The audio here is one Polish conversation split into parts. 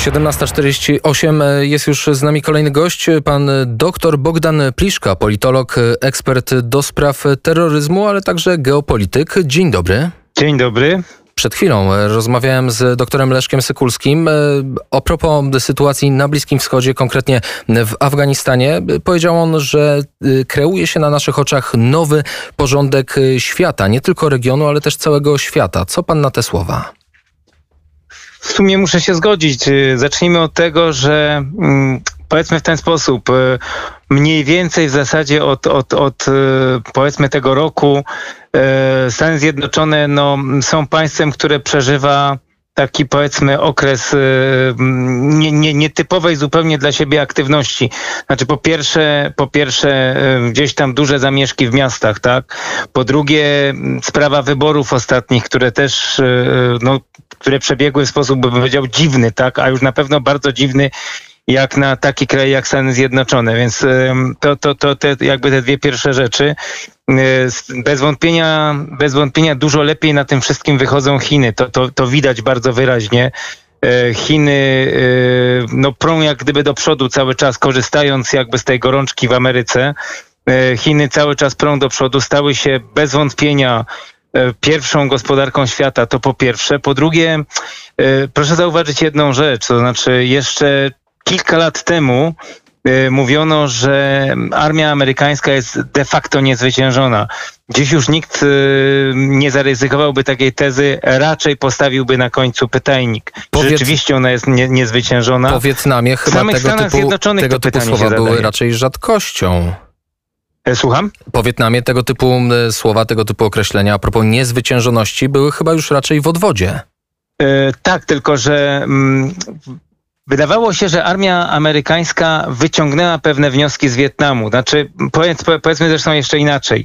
17:48. Jest już z nami kolejny gość, pan dr Bogdan Pliszka, politolog, ekspert do spraw terroryzmu, ale także geopolityk. Dzień dobry. Dzień dobry. Przed chwilą rozmawiałem z doktorem Leszkiem Sykulskim a propos sytuacji na Bliskim Wschodzie, konkretnie w Afganistanie. Powiedział on, że kreuje się na naszych oczach nowy porządek świata, nie tylko regionu, ale też całego świata. Co pan na te słowa? W sumie muszę się zgodzić. Zacznijmy od tego, że powiedzmy w ten sposób, mniej więcej w zasadzie od powiedzmy tego roku Stany Zjednoczone są państwem, które przeżywa taki powiedzmy okres nietypowej zupełnie dla siebie aktywności. Znaczy po pierwsze gdzieś tam duże zamieszki w miastach, tak? Po drugie sprawa wyborów ostatnich, które też które przebiegły w sposób, bym powiedział, dziwny, tak? A już na pewno bardzo dziwny jak na taki kraj jak Stany Zjednoczone. Więc to jakby te dwie pierwsze rzeczy. Bez wątpienia dużo lepiej na tym wszystkim wychodzą Chiny. To widać bardzo wyraźnie. Chiny prą jak gdyby do przodu cały czas, korzystając jakby z tej gorączki w Ameryce. Chiny cały czas prą do przodu, stały się bez wątpienia pierwszą gospodarką świata, to po pierwsze. Po drugie, proszę zauważyć jedną rzecz, to znaczy jeszcze kilka lat temu mówiono, że armia amerykańska jest de facto niezwyciężona. Dziś już nikt nie zaryzykowałby takiej tezy, raczej postawiłby na końcu pytajnik. Czy rzeczywiście ona jest niezwyciężona? Po Wietnamie chyba tego typu słowa były raczej rzadkością. Słucham? Po Wietnamie tego typu słowa, tego typu określenia a propos niezwyciężoności były chyba już raczej w odwodzie. Tak, tylko że wydawało się, że armia amerykańska wyciągnęła pewne wnioski z Wietnamu. Znaczy, powiedzmy zresztą jeszcze inaczej.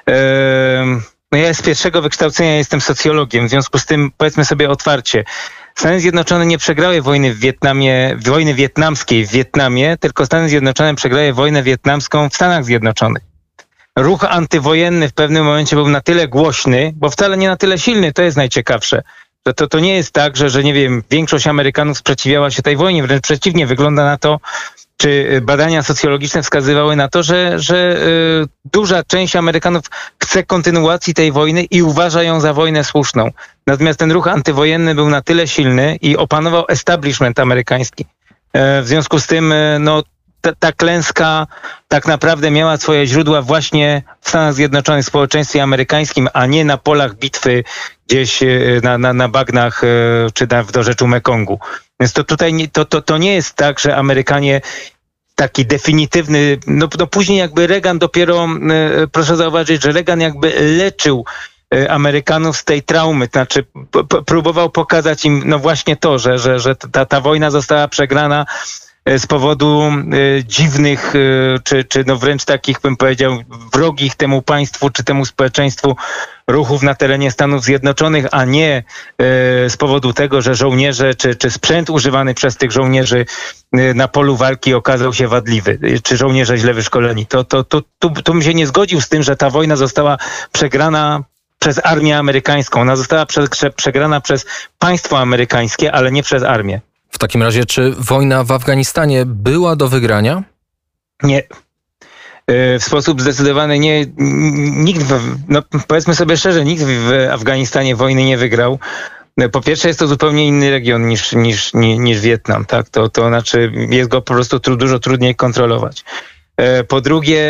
Ja z pierwszego wykształcenia jestem socjologiem, w związku z tym powiedzmy sobie otwarcie. Stany Zjednoczone nie przegrały wojny wietnamskiej w Wietnamie, tylko Stany Zjednoczone przegrały wojnę wietnamską w Stanach Zjednoczonych. Ruch antywojenny w pewnym momencie był na tyle głośny, bo wcale nie na tyle silny, to jest najciekawsze. To nie jest tak, że nie wiem, większość Amerykanów sprzeciwiała się tej wojnie, wręcz przeciwnie, wygląda na to, czy badania socjologiczne wskazywały na to, że duża część Amerykanów chce kontynuacji tej wojny i uważa ją za wojnę słuszną. Natomiast ten ruch antywojenny był na tyle silny i opanował establishment amerykański. W związku z tym ta klęska tak naprawdę miała swoje źródła właśnie w Stanach Zjednoczonych, w społeczeństwie amerykańskim, a nie na polach bitwy gdzieś na bagnach czy w dorzeczu Mekongu. Więc to nie jest tak, że Amerykanie taki definitywny, później jakby Reagan dopiero, proszę zauważyć, że Reagan jakby leczył Amerykanów z tej traumy, znaczy próbował pokazać im właśnie to, że ta wojna została przegrana z powodu dziwnych, czy wręcz takich, bym powiedział, wrogich temu państwu, czy temu społeczeństwu ruchów na terenie Stanów Zjednoczonych, a nie z powodu tego, że żołnierze, czy sprzęt używany przez tych żołnierzy na polu walki okazał się wadliwy, czy żołnierze źle wyszkoleni. Tu bym się nie zgodził z tym, że ta wojna została przegrana przez armię amerykańską. Ona została przegrana przez państwo amerykańskie, ale nie przez armię. W takim razie, czy wojna w Afganistanie była do wygrania? Nie. W sposób zdecydowany nie. Nikt, powiedzmy sobie szczerze, nikt w Afganistanie wojny nie wygrał. Po pierwsze jest to zupełnie inny region niż Wietnam, tak? To znaczy jest go po prostu dużo trudniej kontrolować. Po drugie,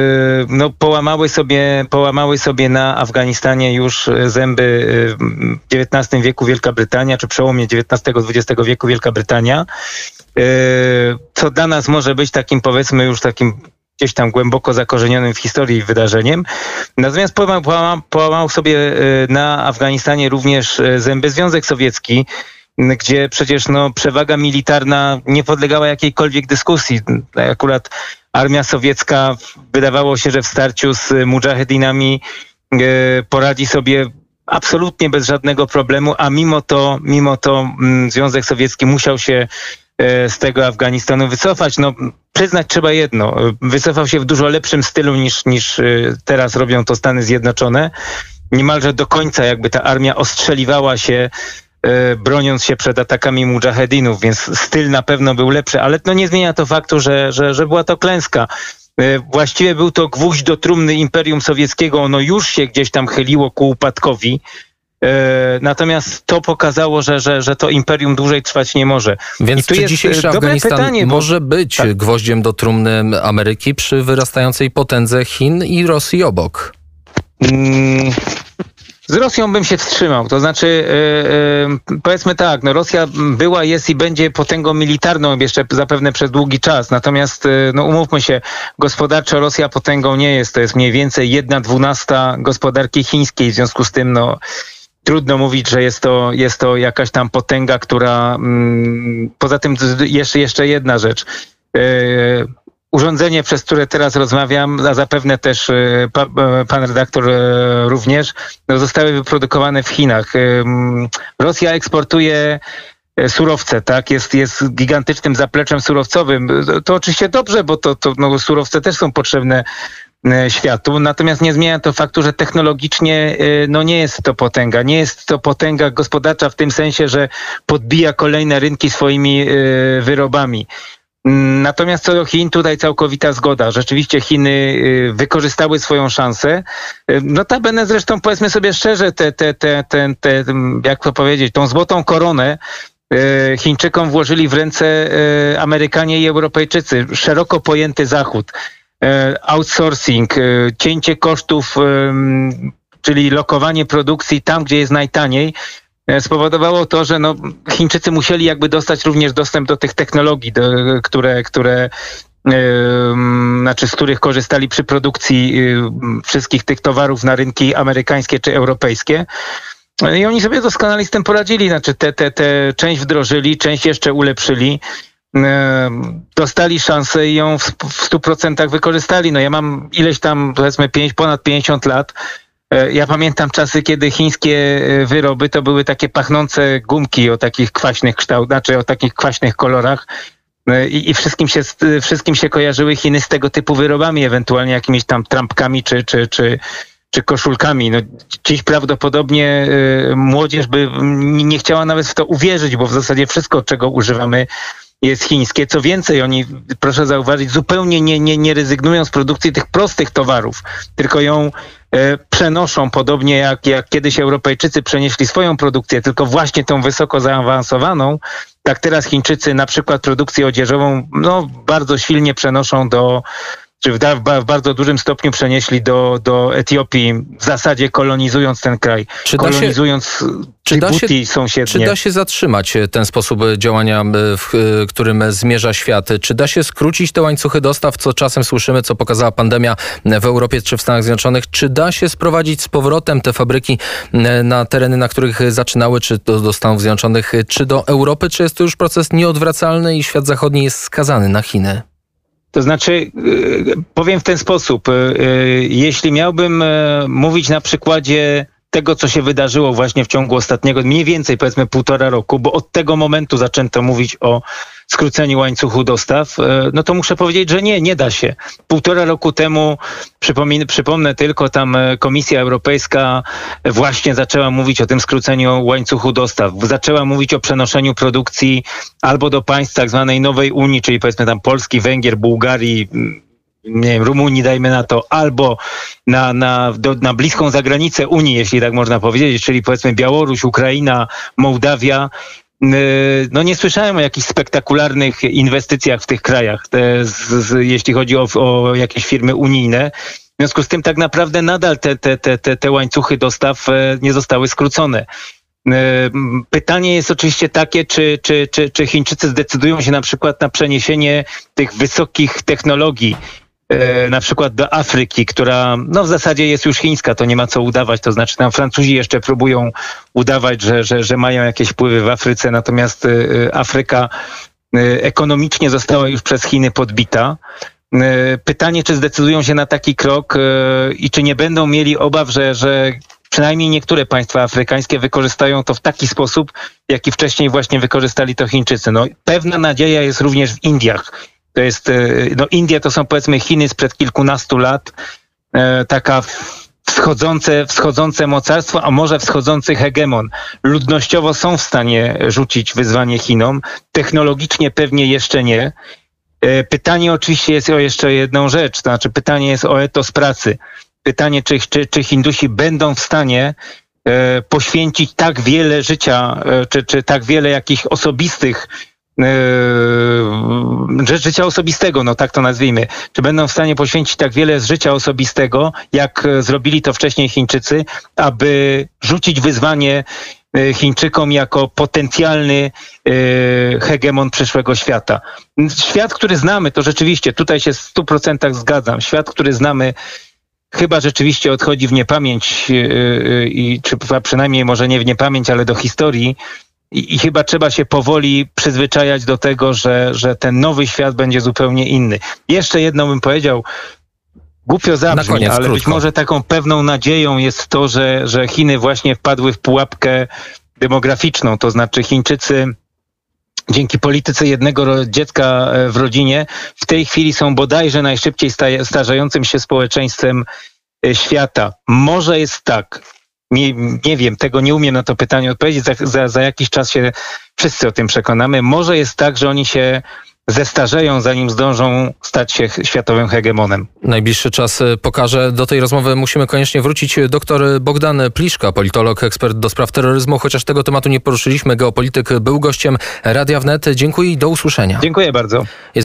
połamały sobie na Afganistanie już zęby w XIX wieku Wielka Brytania, czy przełomie XIX-XX wieku Wielka Brytania, co dla nas może być takim, powiedzmy, już takim gdzieś tam głęboko zakorzenionym w historii wydarzeniem. Natomiast połamał sobie na Afganistanie również zęby Związek Sowiecki, gdzie przecież przewaga militarna nie podlegała jakiejkolwiek dyskusji. Akurat armia sowiecka, wydawało się, że w starciu z mudżahedinami poradzi sobie absolutnie bez żadnego problemu, a mimo to Związek Sowiecki musiał się z tego Afganistanu wycofać. Przyznać trzeba jedno, wycofał się w dużo lepszym stylu niż teraz robią to Stany Zjednoczone. Niemalże do końca jakby ta armia ostrzeliwała się broniąc się przed atakami mudżahedinów, więc styl na pewno był lepszy, ale to nie zmienia to faktu, że była to klęska. Właściwie był to gwóźdź do trumny Imperium Sowieckiego, ono już się gdzieś tam chyliło ku upadkowi. Natomiast to pokazało, że to imperium dłużej trwać nie może. Więc czy dzisiejszy Afganistan może być gwoździem do trumny Ameryki przy wyrastającej potędze Chin i Rosji obok? Z Rosją bym się wstrzymał. To znaczy, powiedzmy tak, no Rosja była, jest i będzie potęgą militarną jeszcze zapewne przez długi czas. Natomiast, no umówmy się, gospodarczo Rosja potęgą nie jest. To jest mniej więcej 1/12 gospodarki chińskiej. W związku z tym, no trudno mówić, że jest to jakaś tam potęga, która... Poza tym jeszcze jedna rzecz. Urządzenie, przez które teraz rozmawiam, a zapewne też pan redaktor również, no, zostały wyprodukowane w Chinach. Rosja eksportuje surowce, tak? Jest gigantycznym zapleczem surowcowym. To oczywiście dobrze, bo no, surowce też są potrzebne światu, natomiast nie zmienia to faktu, że technologicznie no nie jest to potęga. Nie jest to potęga gospodarcza w tym sensie, że podbija kolejne rynki swoimi wyrobami. Natomiast co do Chin, tutaj całkowita zgoda. Rzeczywiście Chiny wykorzystały swoją szansę. Notabene zresztą powiedzmy sobie szczerze, jak to powiedzieć, tą złotą koronę Chińczykom włożyli w ręce Amerykanie i Europejczycy. Szeroko pojęty Zachód. Outsourcing, cięcie kosztów, czyli lokowanie produkcji tam, gdzie jest najtaniej, spowodowało to, że no, Chińczycy musieli jakby dostać również dostęp do tych technologii, z których korzystali przy produkcji wszystkich tych towarów na rynki amerykańskie czy europejskie. I oni sobie doskonale z tym poradzili. Znaczy te część wdrożyli, część jeszcze ulepszyli. Dostali szansę i ją w 100% wykorzystali. No ja mam ileś tam, powiedzmy, ponad 50 lat. Ja pamiętam czasy, kiedy chińskie wyroby to były takie pachnące gumki o takich kwaśnych o takich kwaśnych kolorach i wszystkim się kojarzyły Chiny z tego typu wyrobami, ewentualnie jakimiś tam trampkami czy koszulkami. No, dziś prawdopodobnie młodzież by nie chciała nawet w to uwierzyć, bo w zasadzie wszystko, czego używamy, jest chińskie. Co więcej, oni, proszę zauważyć, zupełnie nie rezygnują z produkcji tych prostych towarów, tylko ją przenoszą, podobnie jak kiedyś Europejczycy przenieśli swoją produkcję, tylko właśnie tą wysoko zaawansowaną, tak teraz Chińczycy na przykład produkcję odzieżową no, bardzo silnie przenoszą czy w bardzo dużym stopniu przenieśli do Etiopii, w zasadzie kolonizując ten kraj, kolonizując Djibouti sąsiednie. Czy da się zatrzymać ten sposób działania, w którym zmierza świat? Czy da się skrócić te łańcuchy dostaw, co czasem słyszymy, co pokazała pandemia w Europie czy w Stanach Zjednoczonych? Czy da się sprowadzić z powrotem te fabryki na tereny, na których zaczynały, czy do Stanów Zjednoczonych, czy do Europy? Czy jest to już proces nieodwracalny i świat zachodni jest skazany na Chiny? To znaczy, powiem w ten sposób, jeśli miałbym mówić na przykładzie tego, co się wydarzyło właśnie w ciągu ostatniego, mniej więcej powiedzmy 1,5 roku, bo od tego momentu zaczęto mówić o skróceniu łańcuchu dostaw, no to muszę powiedzieć, że nie da się. 1,5 roku temu, przypomnę tylko, tam Komisja Europejska właśnie zaczęła mówić o tym skróceniu łańcuchu dostaw. Zaczęła mówić o przenoszeniu produkcji albo do państw tak zwanej nowej Unii, czyli powiedzmy tam Polski, Węgier, Bułgarii, nie wiem, Rumunii, dajmy na to, albo na bliską zagranicę Unii, jeśli tak można powiedzieć, czyli powiedzmy Białoruś, Ukraina, Mołdawia. No nie słyszałem o jakichś spektakularnych inwestycjach w tych krajach, jeśli chodzi o jakieś firmy unijne. W związku z tym tak naprawdę nadal te łańcuchy dostaw nie zostały skrócone. Pytanie jest oczywiście takie, czy Chińczycy zdecydują się na przykład na przeniesienie tych wysokich technologii na przykład do Afryki, która no w zasadzie jest już chińska, to nie ma co udawać, to znaczy tam Francuzi jeszcze próbują udawać, że mają jakieś wpływy w Afryce, natomiast Afryka ekonomicznie została już przez Chiny podbita. Pytanie, czy zdecydują się na taki krok i czy nie będą mieli obaw, że przynajmniej niektóre państwa afrykańskie wykorzystają to w taki sposób, jaki wcześniej właśnie wykorzystali to Chińczycy. No, pewna nadzieja jest również w Indiach. To jest, no Indie to są powiedzmy Chiny sprzed kilkunastu lat, taka wschodzące mocarstwo, a może wschodzący hegemon. Ludnościowo są w stanie rzucić wyzwanie Chinom, technologicznie pewnie jeszcze nie. Pytanie oczywiście jest o jeszcze jedną rzecz, to znaczy pytanie jest o etos pracy. Pytanie, czy Hindusi będą w stanie poświęcić tak wiele życia, czy tak wiele jakichś osobistych życia osobistego, no tak to nazwijmy. Czy będą w stanie poświęcić tak wiele z życia osobistego, jak zrobili to wcześniej Chińczycy, aby rzucić wyzwanie Chińczykom jako potencjalny hegemon przyszłego świata. Świat, który znamy, to rzeczywiście, tutaj się w 100% zgadzam, świat, który znamy, chyba rzeczywiście odchodzi w niepamięć, czy przynajmniej może nie w niepamięć, ale do historii. I chyba trzeba się powoli przyzwyczajać do tego, że ten nowy świat będzie zupełnie inny. Jeszcze jedno bym powiedział, głupio zabrzmi, koniec, ale krótko. być może taką pewną nadzieją jest to, że Chiny właśnie wpadły w pułapkę demograficzną, to znaczy Chińczycy dzięki polityce jednego dziecka w rodzinie w tej chwili są bodajże najszybciej starzejącym się społeczeństwem świata. Może jest tak, nie wiem, tego nie umiem na to pytanie odpowiedzieć, za jakiś czas się wszyscy o tym przekonamy. Może jest tak, że oni się zestarzeją, zanim zdążą stać się światowym hegemonem. Najbliższy czas pokaże. Do tej rozmowy musimy koniecznie wrócić. Doktor Bogdan Pliszka, politolog, ekspert do spraw terroryzmu. Chociaż tego tematu nie poruszyliśmy, geopolityk, był gościem Radia Wnet. Dziękuję i do usłyszenia. Dziękuję bardzo.